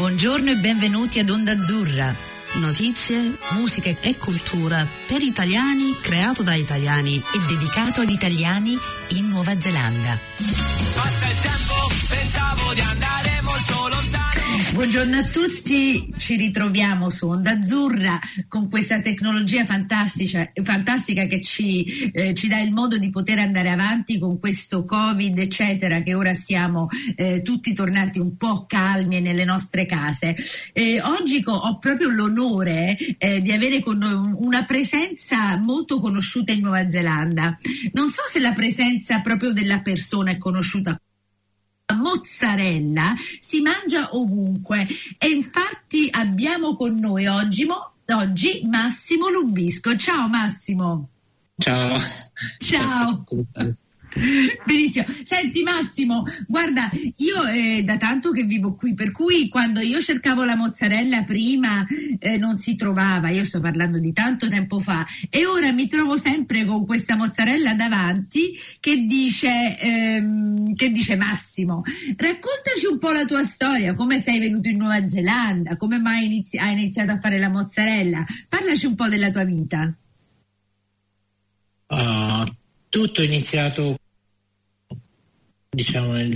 Buongiorno e benvenuti ad Onda Azzurra. Notizie, musica e cultura per italiani, creato da italiani e dedicato ad italiani in Nuova Zelanda. Passa il tempo, pensavo di andare molto lontano. Buongiorno a tutti, ci ritroviamo su Onda Azzurra con questa tecnologia fantastica che ci dà il modo di poter andare avanti con questo Covid eccetera, che ora siamo tutti tornati un po' calmi nelle nostre case. Oggi ho proprio l'onore di avere con noi una presenza molto conosciuta in Nuova Zelanda. Non so se la presenza proprio della persona è conosciuta. La mozzarella si mangia ovunque e infatti abbiamo con noi oggi Massimo Lubisco. Ciao Massimo. Ciao. Benissimo. Senti Massimo, guarda, io da tanto che vivo qui, per cui quando io cercavo la mozzarella prima non si trovava, io sto parlando di tanto tempo fa, e ora mi trovo sempre con questa mozzarella davanti che dice Massimo, raccontaci un po' la tua storia, come sei venuto in Nuova Zelanda, come mai hai iniziato a fare la mozzarella, parlaci un po' della tua vita. Tutto è iniziato diciamo nel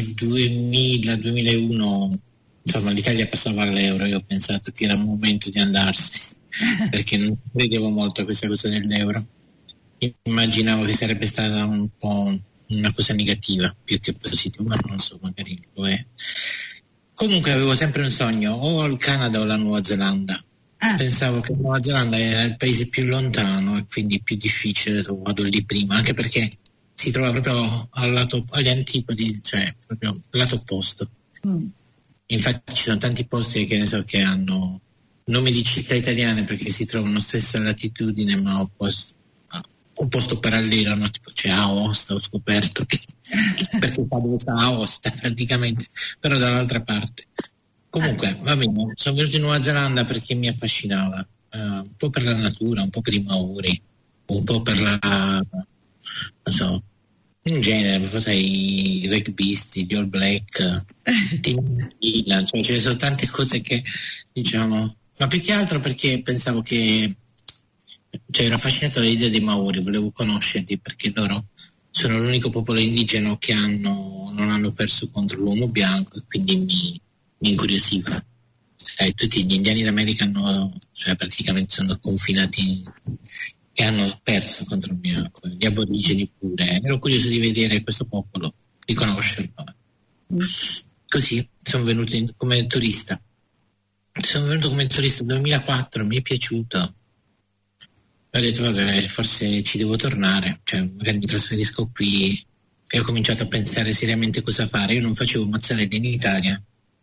2000-2001, insomma l'Italia passava all'euro, io ho pensato che era il momento di andarsene perché non credevo molto a questa cosa dell'euro, immaginavo che sarebbe stata un po' una cosa negativa più che positiva, ma non so, magari lo è. Comunque avevo sempre un sogno, o il Canada o la Nuova Zelanda. Pensavo che Nuova Zelanda era il paese più lontano e quindi più difficile, vado lì prima, anche perché si trova proprio agli antipodi, cioè proprio al lato opposto. Infatti ci sono tanti posti che ne so che hanno nomi di città italiane perché si trovano stessa latitudine ma un posto parallelo, no? Tipo c'è Aosta, ho scoperto che perché fa dove sta Aosta praticamente, però dall'altra parte. Comunque, va bene, sono venuto in Nuova Zelanda perché mi affascinava, un po' per la natura, un po' per i Maori, un po' per non so, in genere, sai, i rugbisti, gli All Black, cioè ce ne sono tante cose che, diciamo, ma più che altro perché pensavo che, cioè ero affascinato dall'idea dei Maori, volevo conoscerli perché loro sono l'unico popolo indigeno che non hanno perso contro l'uomo bianco e quindi mi incuriosiva. Tutti gli indiani d'America cioè praticamente sono confinati e hanno perso contro il bianco, gli aborigeni pure. Ero curioso di vedere questo popolo, di conoscerlo. Così sono venuto come turista. Sono venuto come turista nel 2004, mi è piaciuto. Ho detto vabbè, forse ci devo tornare, cioè magari mi trasferisco qui, e ho cominciato a pensare seriamente cosa fare. Io non facevo mozzarella in Italia,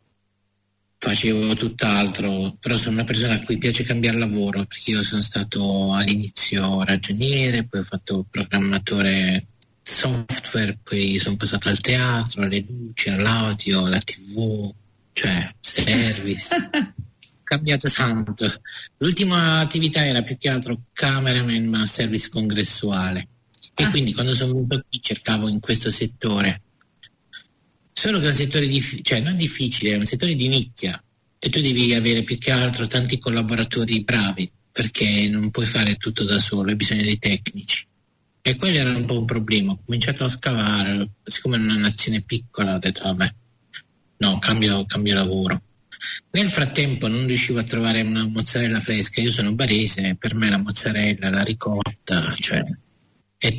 facevo tutt'altro, però sono una persona a cui piace cambiare lavoro, perché io sono stato all'inizio ragioniere, poi ho fatto programmatore software, poi sono passato al teatro, alle luci, all'audio, alla TV, cioè service. Cambiato tanto. L'ultima attività era più che altro cameraman ma service congressuale, e quindi quando sono venuto qui cercavo in questo settore. Solo che è un settore cioè non difficile, è un settore di nicchia e tu devi avere più che altro tanti collaboratori bravi perché non puoi fare tutto da solo, hai bisogno dei tecnici. E quello era un po' un problema. Ho cominciato a scavare, siccome è una nazione piccola ho detto vabbè, no, cambio lavoro. Nel frattempo non riuscivo a trovare una mozzarella fresca, io sono barese, per me la mozzarella, la ricotta, cioè è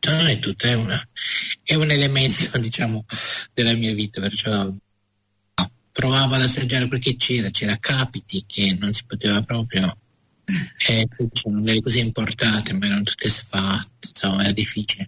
un elemento, diciamo, della mia vita, perciò provavo ad assaggiare perché c'era Capiti che non si poteva proprio, e poi c'erano delle cose importate ma erano tutte sfatte, insomma era difficile,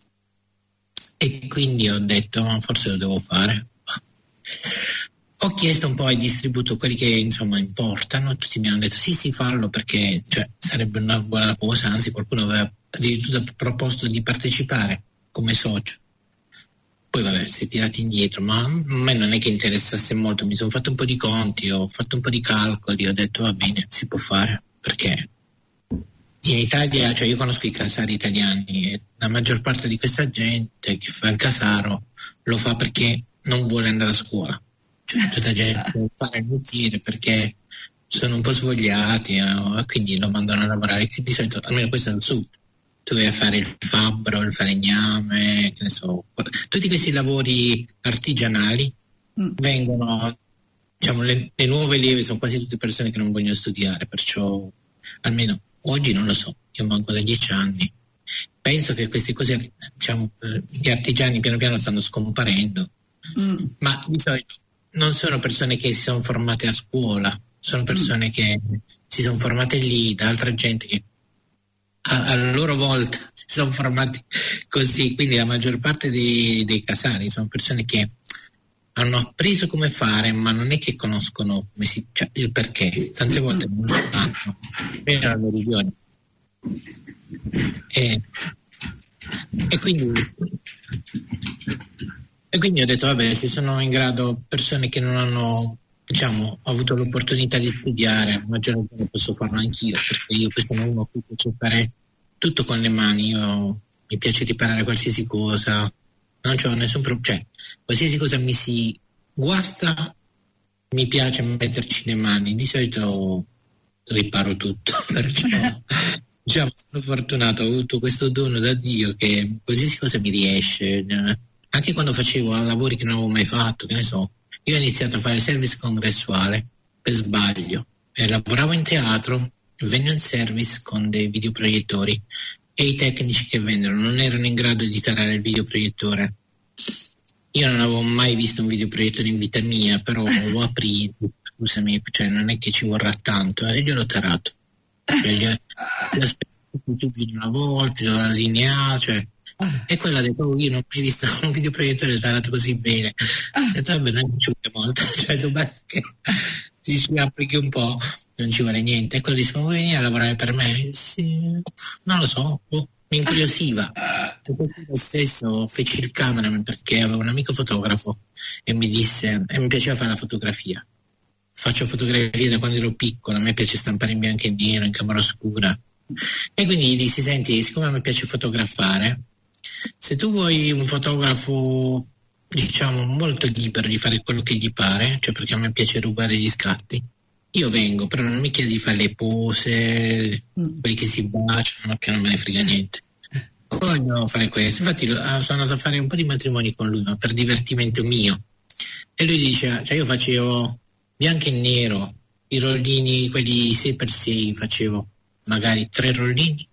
e quindi ho detto forse lo devo fare. Ho chiesto un po' ai distributori, quelli che insomma importano, tutti mi hanno detto sì fallo perché cioè, sarebbe una buona cosa, anzi qualcuno aveva addirittura proposto di partecipare come socio. Poi vabbè, si è tirati indietro, ma a me non è che interessasse molto, mi sono fatto un po' di conti, ho fatto un po' di calcoli, ho detto va bene, si può fare, perché in Italia, cioè io conosco i casari italiani e la maggior parte di questa gente che fa il casaro lo fa perché non vuole andare a scuola. tutta gente che fare il mestiere perché sono un po' svogliati, quindi lo mandano a lavorare, che di solito, almeno questo è il sud, tu vai a fare il fabbro, il falegname, che ne so, tutti questi lavori artigianali vengono, diciamo, le nuove leve sono quasi tutte persone che non vogliono studiare, perciò almeno oggi non lo so, io manco da 10 anni, penso che queste cose, diciamo, gli artigiani piano piano stanno scomparendo, ma di solito non sono persone che si sono formate a scuola, sono persone che si sono formate lì da altra gente che a loro volta si sono formati così, quindi la maggior parte dei casari sono persone che hanno appreso come fare, ma non è che conoscono cioè, il perché, tante volte non lo sanno, per la religione. E quindi ho detto, vabbè, se sono in grado persone che non hanno, diciamo, avuto l'opportunità di studiare, a maggior ragione posso farlo anch'io, perché io sono uno che piace fare tutto con le mani, mi piace riparare qualsiasi cosa, non c'ho nessun problema, cioè qualsiasi cosa mi si guasta mi piace metterci le mani, di solito riparo tutto, perciò diciamo, sono fortunato, ho avuto questo dono da Dio che qualsiasi cosa mi riesce, anche quando facevo lavori che non avevo mai fatto, che ne so, io ho iniziato a fare service congressuale per sbaglio, e lavoravo in teatro, vengo in service con dei videoproiettori e i tecnici che vendono non erano in grado di tarare il videoproiettore. Io non avevo mai visto un videoproiettore in vita mia, però lo aprì, scusami, cioè non è che ci vorrà tanto, e gliel'ho tarato. Cioè, gli ho aspettato tutti una volta, l'ho allineato, cioè, e quello ha detto, io non ho mai visto un videoproiettore tarato così bene. Ho detto, vabbè, non ci vuole molto, cioè basta che ti si applichi un po', non ci vuole niente. E quello disse, vuoi venire a lavorare per me? Sì, non lo so, mi incuriosiva. Lo stesso feci il cameraman perché avevo un amico fotografo e mi disse, e mi piaceva fare la fotografia. Faccio fotografie da quando ero piccolo, a me piace stampare in bianco e nero, in camera oscura. E quindi gli dissi, senti, siccome a me piace fotografare, se tu vuoi un fotografo, diciamo, molto libero di fare quello che gli pare, cioè perché a me piace rubare gli scatti, io vengo, però non mi chiedi di fare le pose, quelli che si baciano, che non me ne frega niente. Voglio fare questo. Infatti sono andato a fare un po' di matrimoni con lui, ma per divertimento mio. E lui dice, cioè io facevo bianco e nero, i rollini, quelli 6x6, facevo magari 3 rollini,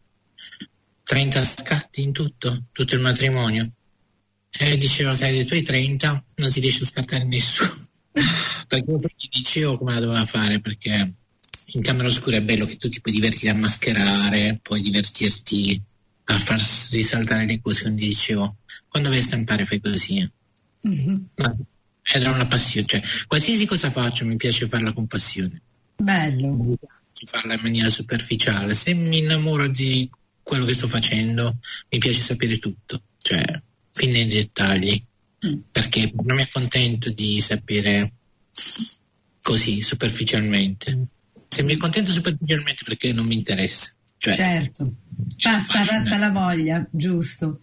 30 scatti in tutto il matrimonio. E dicevo, sai, dei tuoi 30 non si riesce a scattare nessuno. Perché io gli dicevo come la doveva fare, perché in camera oscura è bello che tu ti puoi divertire a mascherare, puoi divertirti a far risaltare le cose, quindi dicevo, quando vai a stampare fai così. Ma era una passione, cioè qualsiasi cosa faccio mi piace farla con passione. Bello. Mi piace farla in maniera superficiale, se mi innamoro di quello che sto facendo mi piace sapere tutto, cioè fin nei dettagli, perché non mi accontento di sapere così superficialmente. Se mi accontento superficialmente perché non mi interessa, cioè, certo, basta la voglia, giusto.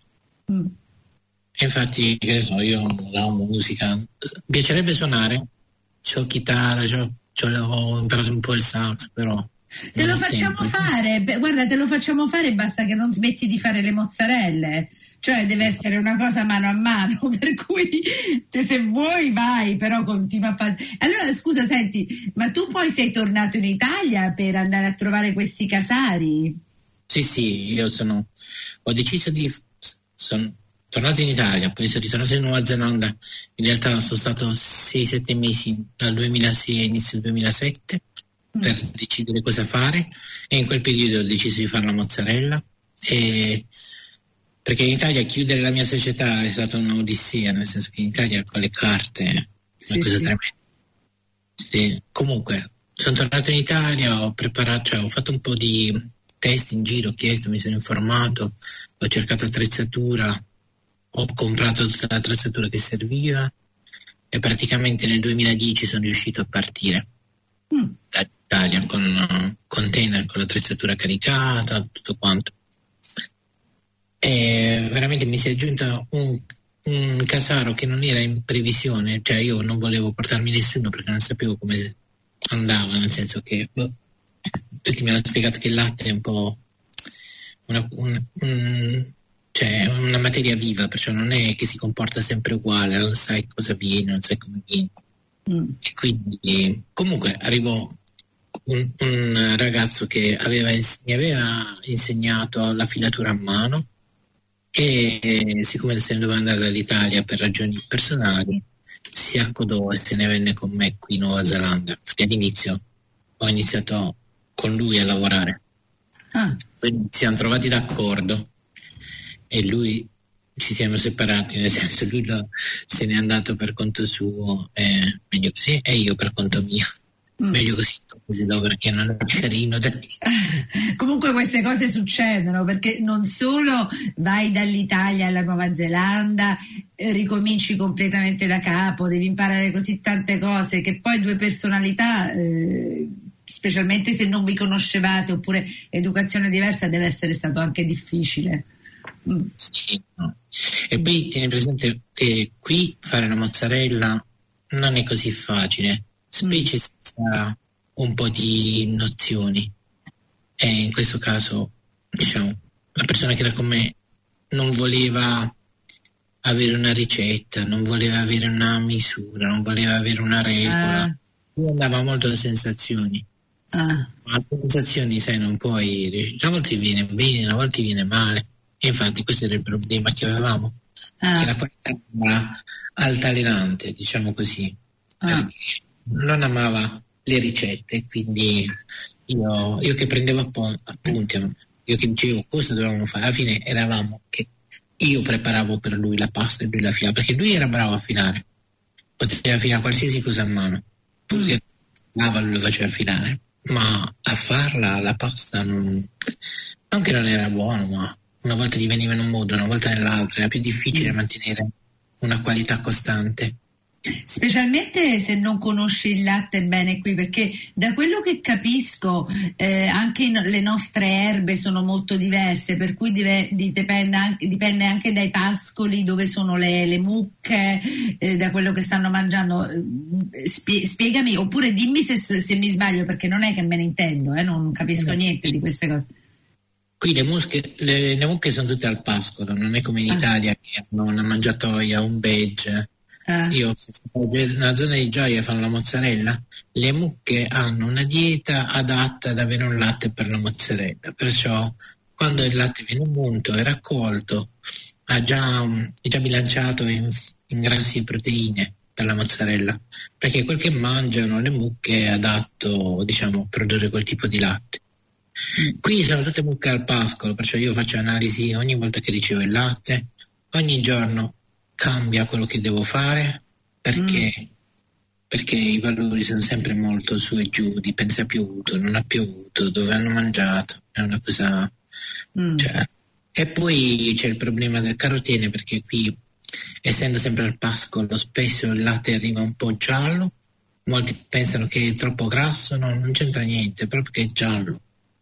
Infatti, che ne so, io la musica mi piacerebbe suonare, c'ho chitarra, ho imparato un po' il sax, però te lo facciamo fare, guarda, te lo facciamo fare, basta che non smetti di fare le mozzarelle, cioè deve essere una cosa mano a mano, per cui se vuoi vai, però continua a fare. Allora scusa, senti, ma tu poi sei tornato in Italia per andare a trovare questi casari? Sì, io ho deciso sono tornato in Italia, poi sono ritornato in Nuova Zelanda, in realtà sono stato 6-7 mesi dal 2006 a inizio 2007 per decidere cosa fare, e in quel periodo ho deciso di fare la mozzarella, perché in Italia chiudere la mia società è stata un'odissea, nel senso che in Italia con le carte è una cosa tremenda. Sì. Comunque sono tornato in Italia, ho preparato, cioè ho fatto un po' di test in giro, ho chiesto, mi sono informato, ho cercato attrezzatura, ho comprato tutta l'attrezzatura che serviva e praticamente nel 2010 sono riuscito a partire dall'Italia con un container con l'attrezzatura caricata, tutto quanto. E veramente mi si è aggiunta un casaro che non era in previsione, cioè io non volevo portarmi nessuno perché non sapevo come andava, nel senso che tutti mi hanno spiegato che il latte è un po' cioè una materia viva, perciò non è che si comporta sempre uguale, non sai cosa viene, non sai come viene. E quindi comunque arrivò un ragazzo che mi aveva insegnato la filatura a mano, e siccome se ne doveva andare dall'Italia per ragioni personali si accodò e se ne venne con me qui in Nuova Zelanda. Infatti all'inizio ho iniziato con lui a lavorare, poi ci siamo trovati d'accordo e lui ci siamo separati, nel senso lui se n'è andato per conto suo, meglio così, e io per conto mio. Meglio così, perché non è carino. Comunque queste cose succedono, perché non solo vai dall'Italia alla Nuova Zelanda, ricominci completamente da capo, devi imparare così tante cose, che poi due personalità, specialmente se non vi conoscevate, oppure educazione diversa, deve essere stato anche difficile. Sì, no. E poi tieni presente che qui fare la mozzarella non è così facile, specie senza un po' di nozioni, e in questo caso diciamo la persona che era con me non voleva avere una ricetta, non voleva avere una misura, non voleva avere una regola, andava molto da sensazioni. Ma le sensazioni, sai, non puoi, a volte viene bene, a volte viene male, e infatti questo era il problema che avevamo, che la qualità era altalenante, diciamo così, perché non amava le ricette, quindi io che prendevo appunti, io che dicevo cosa dovevamo fare, alla fine eravamo che io preparavo per lui la pasta e lui la filava, perché lui era bravo a filare, poteva filare qualsiasi cosa a mano, pure lui lo faceva filare, ma a farla la pasta non che non era buono, ma una volta gli veniva in un modo, una volta nell'altro, era più difficile mantenere una qualità costante. Specialmente se non conosci il latte bene qui, perché da quello che capisco anche le nostre erbe sono molto diverse, per cui dipende anche dai pascoli dove sono le mucche, da quello che stanno mangiando. Spiegami, oppure dimmi se mi sbaglio, perché non è che me ne intendo, non capisco niente di queste cose. Qui le mucche sono tutte al pascolo, non è come in Italia che hanno una mangiatoia, un badge. Io nella zona di Gioia fanno la mozzarella, le mucche hanno una dieta adatta ad avere un latte per la mozzarella, perciò quando il latte viene munto e raccolto è già bilanciato in grassi e proteine dalla mozzarella, perché quel che mangiano le mucche è adatto, diciamo, a produrre quel tipo di latte. Qui sono tutte mucche al pascolo, perciò io faccio analisi ogni volta che ricevo il latte, ogni giorno cambia quello che devo fare, perché i valori sono sempre molto su e giù, dipende se ha piovuto, non ha piovuto, dove hanno mangiato, è una cosa cioè. E poi c'è il problema del carotene, perché qui, essendo sempre al pascolo, spesso il latte arriva un po' giallo, molti pensano che è troppo grasso, no, non c'entra niente, proprio che è giallo.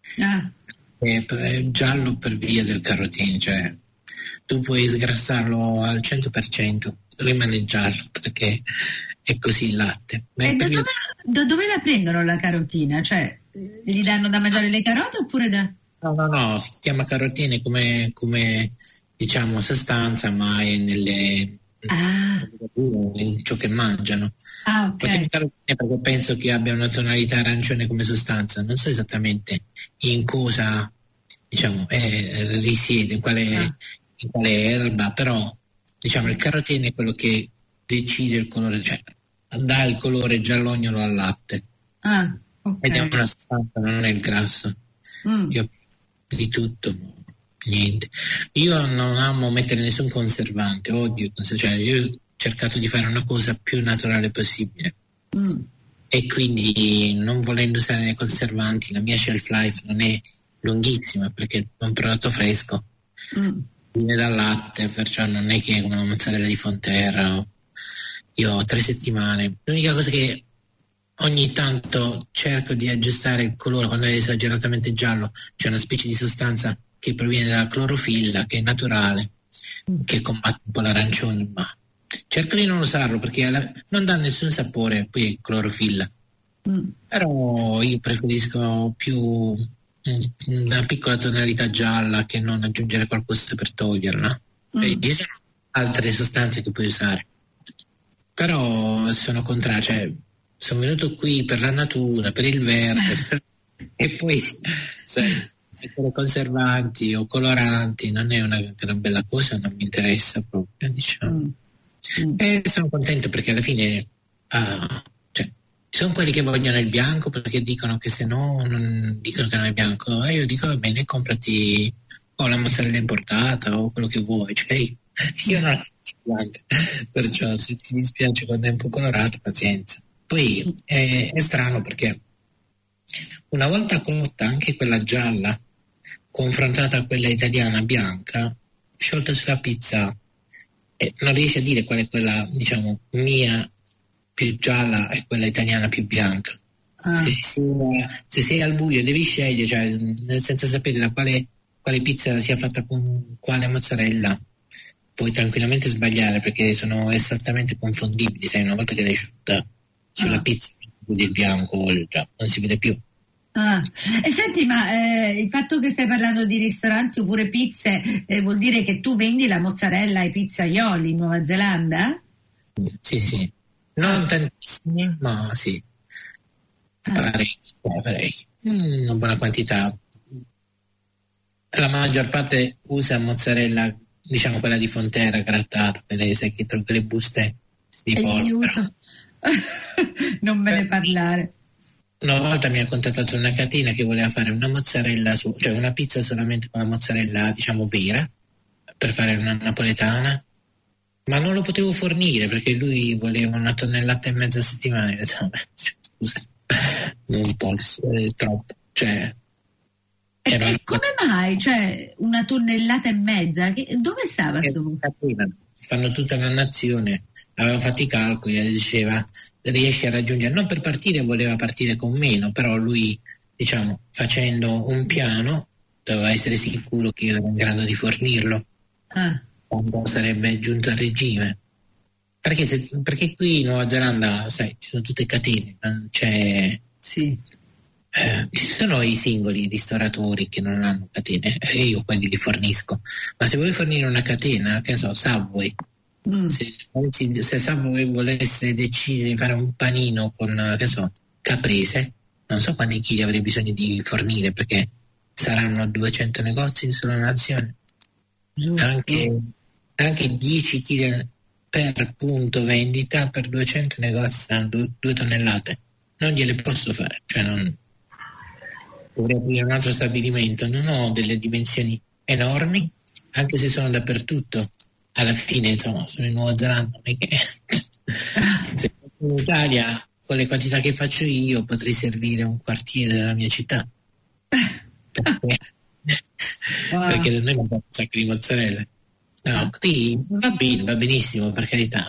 È giallo per via del carotene, cioè tu puoi sgrassarlo al 100%, rimane giallo perché è così il latte. E dove la prendono la carotina? Cioè gli danno da mangiare le carote oppure da... No, si chiama carotene come diciamo sostanza, ma è in ciò che mangiano. Okay. Perché penso che abbia una tonalità arancione come sostanza, non so esattamente in cosa, diciamo, risiede, in quale erba, però diciamo il carotene è quello che decide il colore, cioè dà il colore giallognolo al latte. Okay. Ed è una sostanza, non è il grasso. Io di tutto niente. Io non amo mettere nessun conservante, odio, cioè io ho cercato di fare una cosa più naturale possibile. E quindi, non volendo usare nei conservanti, la mia shelf life non è lunghissima, perché è un prodotto fresco, viene dal latte, perciò non è che è una mozzarella di Fonterra. Io ho 3 settimane. L'unica cosa che ogni tanto cerco di aggiustare il colore quando è esageratamente giallo, c'è una specie di sostanza che proviene dalla clorofilla, che è naturale, che combatte un po' l'arancione, ma cerco di non usarlo perché non dà nessun sapore, poi è clorofilla. Però io preferisco più una piccola tonalità gialla che non aggiungere qualcosa per toglierla. Ci sono altre sostanze che puoi usare, però sono contrario, cioè sono venuto qui per la natura, per il verde e poi sai, mettere conservanti o coloranti non è una bella cosa, non mi interessa proprio, diciamo. E sono contento perché alla fine sono quelli che vogliono il bianco perché dicono che se no non dicono che non è bianco, e io dico va bene, comprati o la mozzarella importata o quello che vuoi, cioè io non la faccio bianca, perciò se ti dispiace quando è un po' colorato, pazienza. Poi è strano perché una volta cotta anche quella gialla confrontata a quella italiana bianca, sciolta sulla pizza, non riesci a dire qual è quella, diciamo, mia più gialla e quella italiana più bianca. Se sei al buio devi scegliere, cioè senza sapere da quale pizza sia fatta con quale mozzarella, puoi tranquillamente sbagliare perché sono esattamente confondibili, sai, una volta che l'hai asciutta sulla pizza il bianco o il giallo non si vede più. E senti, ma il fatto che stai parlando di ristoranti oppure pizze vuol dire che tu vendi la mozzarella ai pizzaioli in Nuova Zelanda? Sì. Non tantissimi, ma sì. Parecchi. Una buona quantità. La maggior parte usa mozzarella, diciamo quella di Fonterra grattata, sai che trovi le buste di porco. Aiuto. Non me ne parlare. Una volta mi ha contattato una catena che voleva fare una mozzarella, cioè una pizza solamente con la mozzarella, diciamo, vera, per fare una napoletana, ma non lo potevo fornire perché lui voleva 1,5 tonnellate a settimana. Scusa, non posso, è troppo. Cioè, come mai? Cioè, 1,5 tonnellate? Dove stava questo? Fanno tutta la nazione, aveva fatto i calcoli e diceva riesci a raggiungere, non per partire, voleva partire con meno, però lui, diciamo, facendo un piano doveva essere sicuro che io ero in grado di fornirlo quando sarebbe giunto al regime, perché qui in Nuova Zelanda, sai, ci sono tutte catene, non c'è ci sono i singoli ristoratori che non hanno catene e io quelli li fornisco, ma se vuoi fornire una catena, che ne so, Subway, se Subway volesse decidere di fare un panino con, che so, caprese, non so quanti chili avrei bisogno di fornire perché saranno 200 negozi sulla nazione, anche 10 chili per punto vendita per 200 negozi saranno 2 tonnellate, non gliele posso fare, cioè non dovrei aprire un altro stabilimento, non ho delle dimensioni enormi, anche se sono dappertutto, alla fine insomma sono in Nuova Zelanda, non è che se in Italia con le quantità che faccio io potrei servire un quartiere della mia città perché da noi non un sacco di mozzarella, no, qui va bene, va benissimo, per carità.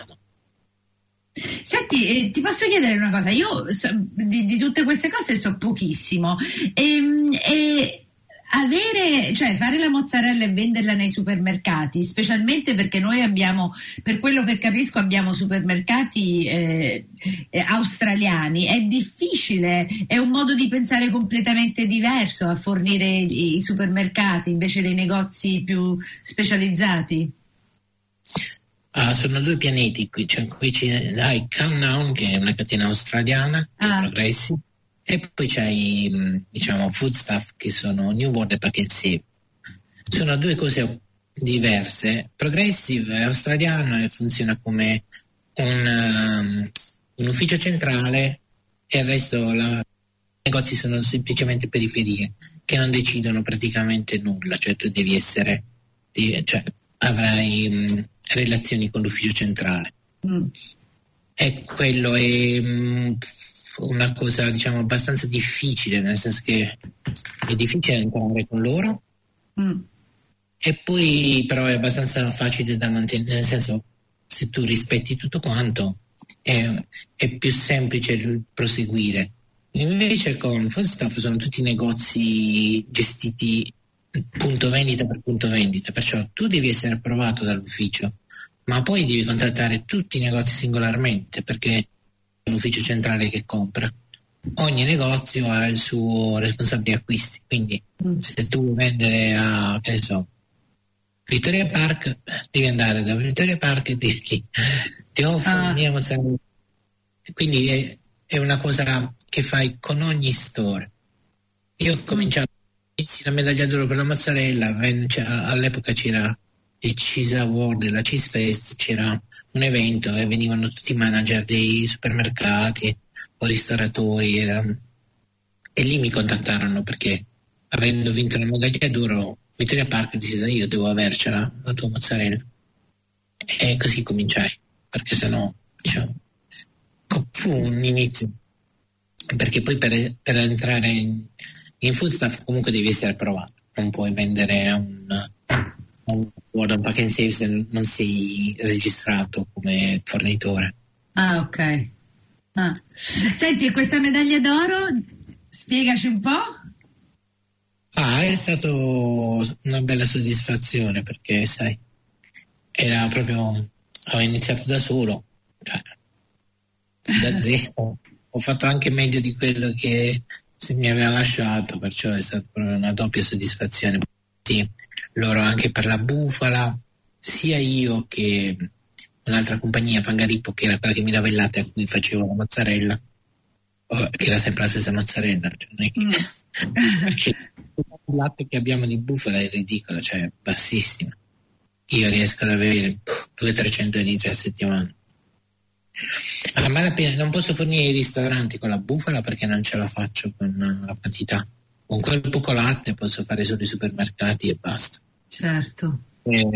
Senti, ti posso chiedere una cosa? Io di tutte queste cose so pochissimo e cioè fare la mozzarella e venderla nei supermercati, specialmente perché noi abbiamo, per quello che capisco, abbiamo supermercati australiani, è difficile, è un modo di pensare completamente diverso a fornire i supermercati invece dei negozi più specializzati. Sono 2 pianeti qui, cioè qui c'hai Countdown che è una catena australiana, Progressive, e poi c'hai diciamo Foodstuff che sono New World e Packet Save. Sono 2 cose diverse. Progressive è australiano e funziona come un ufficio centrale e il resto i negozi sono semplicemente periferie che non decidono praticamente nulla, cioè tu devi essere, cioè avrai relazioni con l'ufficio centrale. E quello è una cosa, diciamo, abbastanza difficile, nel senso che è difficile entrare con loro e poi però è abbastanza facile da mantenere, nel senso, se tu rispetti tutto quanto è più semplice il proseguire. Invece con Foodstuff sono tutti negozi gestiti punto vendita per punto vendita, perciò tu devi essere approvato dall'ufficio, ma poi devi contattare tutti i negozi singolarmente, perché è l'ufficio centrale che compra. Ogni negozio ha il suo responsabile acquisti, quindi se tu vuoi vendere a, che ne so, Victoria Park, devi andare da Victoria Park e dirgli ti offro mia mozzarella. Quindi è una cosa che fai con ogni store. Io ho cominciato la medaglia d'oro per la mozzarella, all'epoca c'era il Cheese Award, la Cheese Fest, c'era un evento e venivano tutti i manager dei supermercati o ristoratori e lì mi contattarono perché avendo vinto la medaglia d'oro Victoria Park disse io devo avercela la tua mozzarella, e così cominciai, perché sennò diciamo, fu un inizio, perché poi per entrare in foodstuff comunque devi essere approvato, non puoi vendere un pack and save se non sei registrato come fornitore. Ok. Senti, questa medaglia d'oro, spiegaci un po'. È stato una bella soddisfazione, perché sai, era proprio, ho iniziato da solo, cioè da zero, ho fatto anche meglio di quello che se mi aveva lasciato, perciò è stata proprio una doppia soddisfazione. Sì, loro anche per la bufala, sia io che un'altra compagnia, Fangarippo, che era quella che mi dava il latte a cui facevo la mozzarella, che era sempre la stessa mozzarella, cioè non è che il latte che abbiamo di bufala è ridicolo, cioè bassissimo. Io riesco ad avere 200-300 litri a settimana. A malapena non posso fornire i ristoranti con la bufala perché non ce la faccio con la quantità. Con quel poco latte posso fare solo i supermercati e basta. Certo.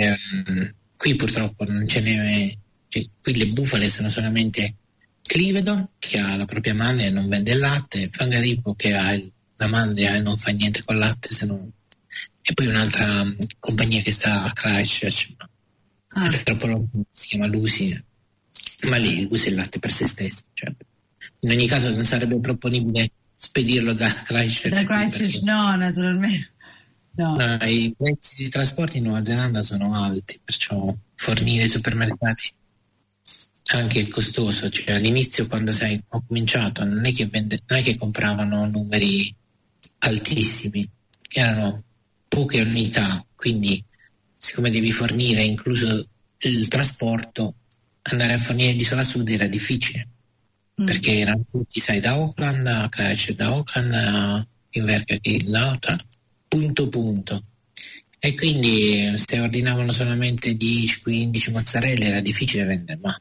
Qui purtroppo non ce n'è, cioè, qui le bufale sono solamente Clivedon, che ha la propria mandria e non vende il latte, Fangarippo, che ha la mandria e non fa niente con il latte, e poi un'altra compagnia che sta a Christchurch, è troppo, si chiama Lucy, ma lì usa il latte per se stesso, cioè, in ogni caso non sarebbe proponibile spedirlo da Christchurch. Da Christchurch no, naturalmente no. I prezzi di trasporto in Nuova Zelanda sono alti, perciò fornire i supermercati anche è costoso, cioè all'inizio quando ho cominciato non è che compravano numeri altissimi, erano poche unità, quindi siccome devi fornire incluso il trasporto, andare a fornire l'isola sud era difficile, perché erano tutti, sai, da Auckland a Christchurch, da Auckland a Invercargill, punto. E quindi se ordinavano solamente 10-15 mozzarelle era difficile vendere, ma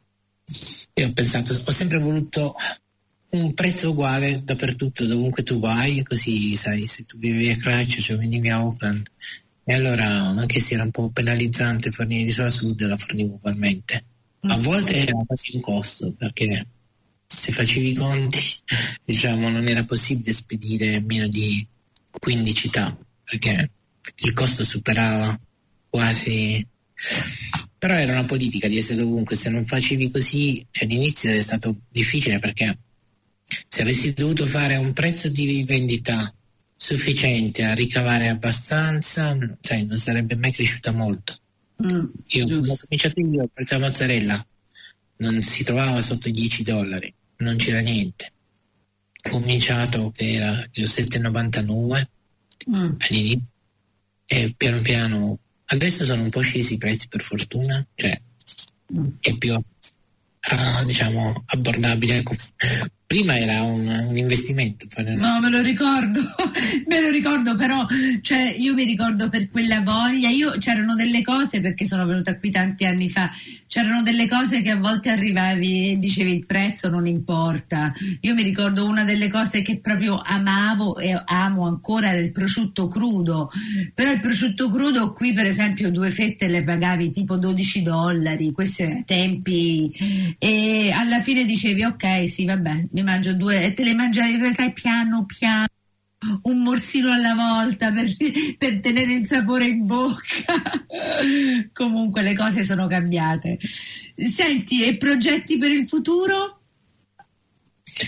io ho sempre voluto un prezzo uguale dappertutto, dovunque tu vai, così sai, se tu vivevi a Christchurch o venivi a Auckland, e allora anche se era un po' penalizzante fornire l'isola sud, la fornivo ugualmente. A volte era quasi un costo, perché se facevi i conti, diciamo, non era possibile spedire meno di 15 città, perché il costo superava quasi. Però era una politica di essere dovunque, se non facevi così, cioè all'inizio è stato difficile, perché se avessi dovuto fare un prezzo di vendita sufficiente a ricavare abbastanza, sai, non sarebbe mai cresciuta molto. Io ho cominciato io, perché la mozzarella non si trovava sotto i $10, non c'era niente. Ho cominciato che era il 7,99 all'inizio, e piano piano adesso sono un po' scesi i prezzi, per fortuna, cioè è più diciamo abbordabile. Prima era un investimento. No, me lo ricordo, però cioè, io mi ricordo per quella voglia, c'erano delle cose, perché sono venuta qui tanti anni fa, c'erano delle cose che a volte arrivavi e dicevi il prezzo non importa. Io mi ricordo una delle cose che proprio amavo e amo ancora era il prosciutto crudo, però il prosciutto crudo qui per esempio 2 fette le pagavi tipo $12, questi tempi, e alla fine dicevi ok, sì, vabbè, mi mangio 2 e te le mangiavi, sai, piano piano, un morsino alla volta per tenere il sapore in bocca. Comunque le cose sono cambiate. Senti, e progetti per il futuro?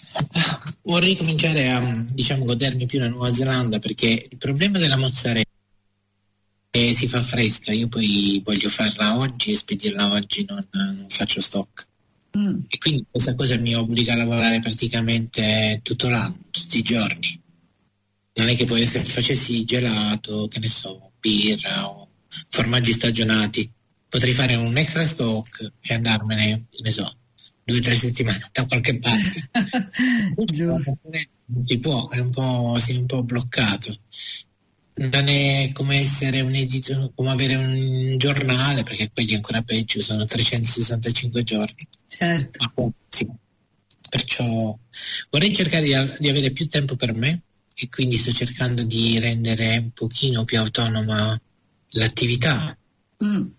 Vorrei cominciare a, diciamo, godermi più la Nuova Zelanda, perché il problema della mozzarella è che si fa fresca. Io poi voglio farla oggi e spedirla oggi, non faccio stock. E quindi questa cosa mi obbliga a lavorare praticamente tutto l'anno, tutti i giorni. Non è che poi se facessi gelato, che ne so, birra o formaggi stagionati, potrei fare un extra stock e andarmene, che ne so, 2 o 3 settimane da qualche parte. Giusto. Non si può, sei un po' bloccato. Non è come essere un editore, come avere un giornale, perché quelli ancora peggio, sono 365 giorni. Certo. Sì. Perciò vorrei cercare di avere più tempo per me, e quindi sto cercando di rendere un pochino più autonoma l'attività. Non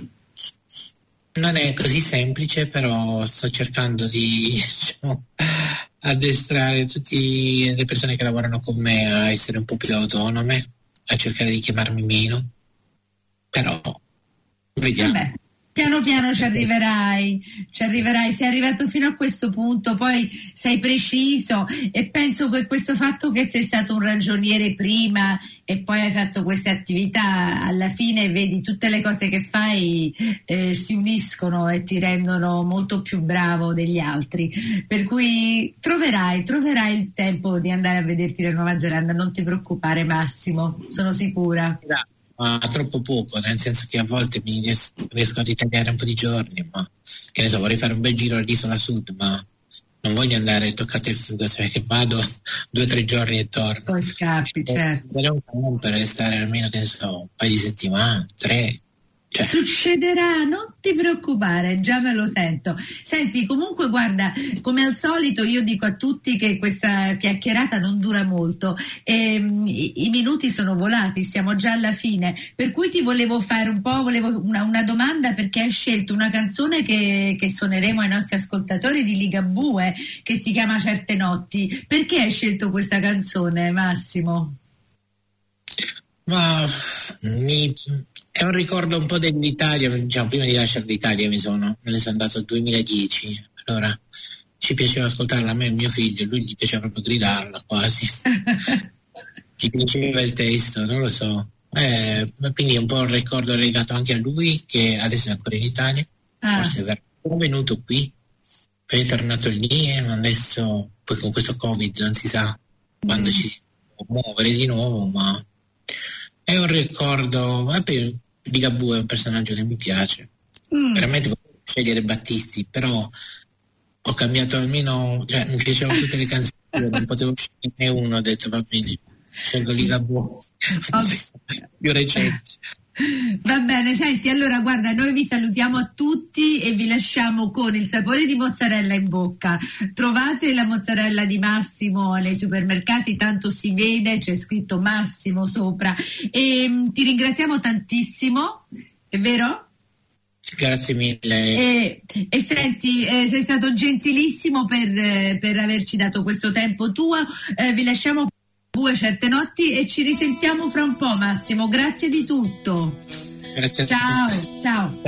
è così semplice, però sto cercando di, diciamo, addestrare tutte le persone che lavorano con me a essere un po' più autonome, a cercare di chiamarmi meno, però vediamo. Vabbè, piano piano ci arriverai, sei arrivato fino a questo punto, poi sei preciso, e penso che questo fatto che sei stato un ragioniere prima e poi hai fatto queste attività, alla fine vedi tutte le cose che fai si uniscono e ti rendono molto più bravo degli altri, per cui troverai il tempo di andare a vederti la Nuova Zelanda, non ti preoccupare Massimo, sono sicura. Ma troppo poco, nel senso che a volte mi riesco a ritagliare un po' di giorni, ma che ne so, vorrei fare un bel giro all'isola sud, ma non voglio andare toccate e fuga, perché vado 2 o 3 giorni e torno. Poi scappi, certo. Volevo per restare almeno, che ne so, un paio di settimane, 3. Cioè. Succederà, non ti preoccupare, già me lo sento. Senti, comunque guarda, come al solito io dico a tutti che questa chiacchierata non dura molto, i minuti sono volati, siamo già alla fine, per cui ti volevo fare una domanda, perché hai scelto una canzone che suoneremo ai nostri ascoltatori di Ligabue, che si chiama Certe notti. Perché hai scelto questa canzone, Massimo? Ma è un ricordo un po' dell'Italia, diciamo, prima di lasciare l'Italia me ne sono andato nel 2010, allora ci piaceva ascoltarla a me e mio figlio, lui gli piaceva proprio gridarla quasi, ci piaceva il testo, non lo so, quindi è un po' un ricordo legato anche a lui, che adesso è ancora in Italia, forse è venuto qui, poi è tornato lì, ma adesso poi con questo Covid non si sa quando ci si può muovere di nuovo, ma è un ricordo. Ligabue è un personaggio che mi piace, veramente volevo scegliere Battisti, però ho cambiato almeno, cioè mi piacevano tutte le canzoni, non potevo scegliere uno, ho detto va bene, scelgo Ligabue più recente. Va bene, senti, allora guarda, noi vi salutiamo a tutti e vi lasciamo con il sapore di mozzarella in bocca. Trovate la mozzarella di Massimo nei supermercati, tanto si vede, c'è scritto Massimo sopra, e ti ringraziamo tantissimo, è vero? Grazie mille. E senti, sei stato gentilissimo per averci dato questo tempo tuo, vi lasciamo Certe notti e ci risentiamo fra un po', Massimo, grazie di tutto. Grazie. Ciao.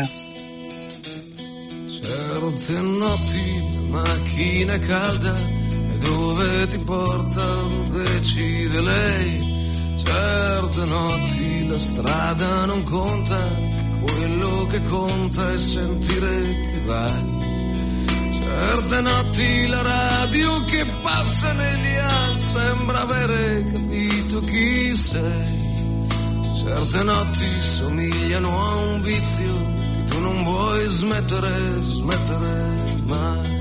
Certe notti la macchina è calda e dove ti porta decide lei. Certe notti la strada non conta, quello che conta è sentire che vai. Certe notti la radio che passa negli anni sembra avere capito chi sei. Certe notti somigliano a un vizio che tu non vuoi smettere mai.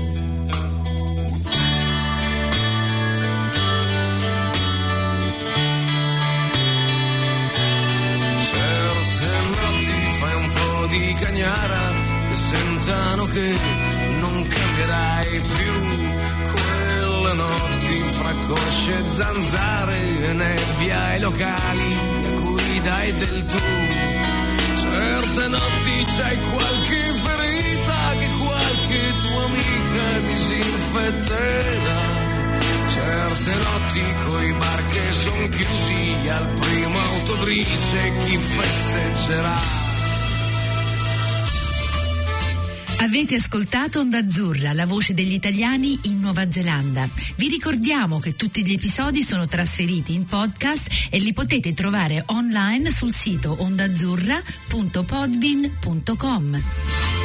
Certe notti fai un po' di cagnara che sentano che non cambierai più. Quelle notti fra cosce e zanzare e nebbia ai locali a cui dai del tu. Certe notti c'hai qualche ferita che qualche tua amica disinfetterà. Certe notti coi bar che son chiusi al primo autogrill c'è chi festeggerà. Avete ascoltato Onda Azzurra, la voce degli italiani in Nuova Zelanda. Vi ricordiamo che tutti gli episodi sono trasferiti in podcast e li potete trovare online sul sito ondaazzurra.podbean.com.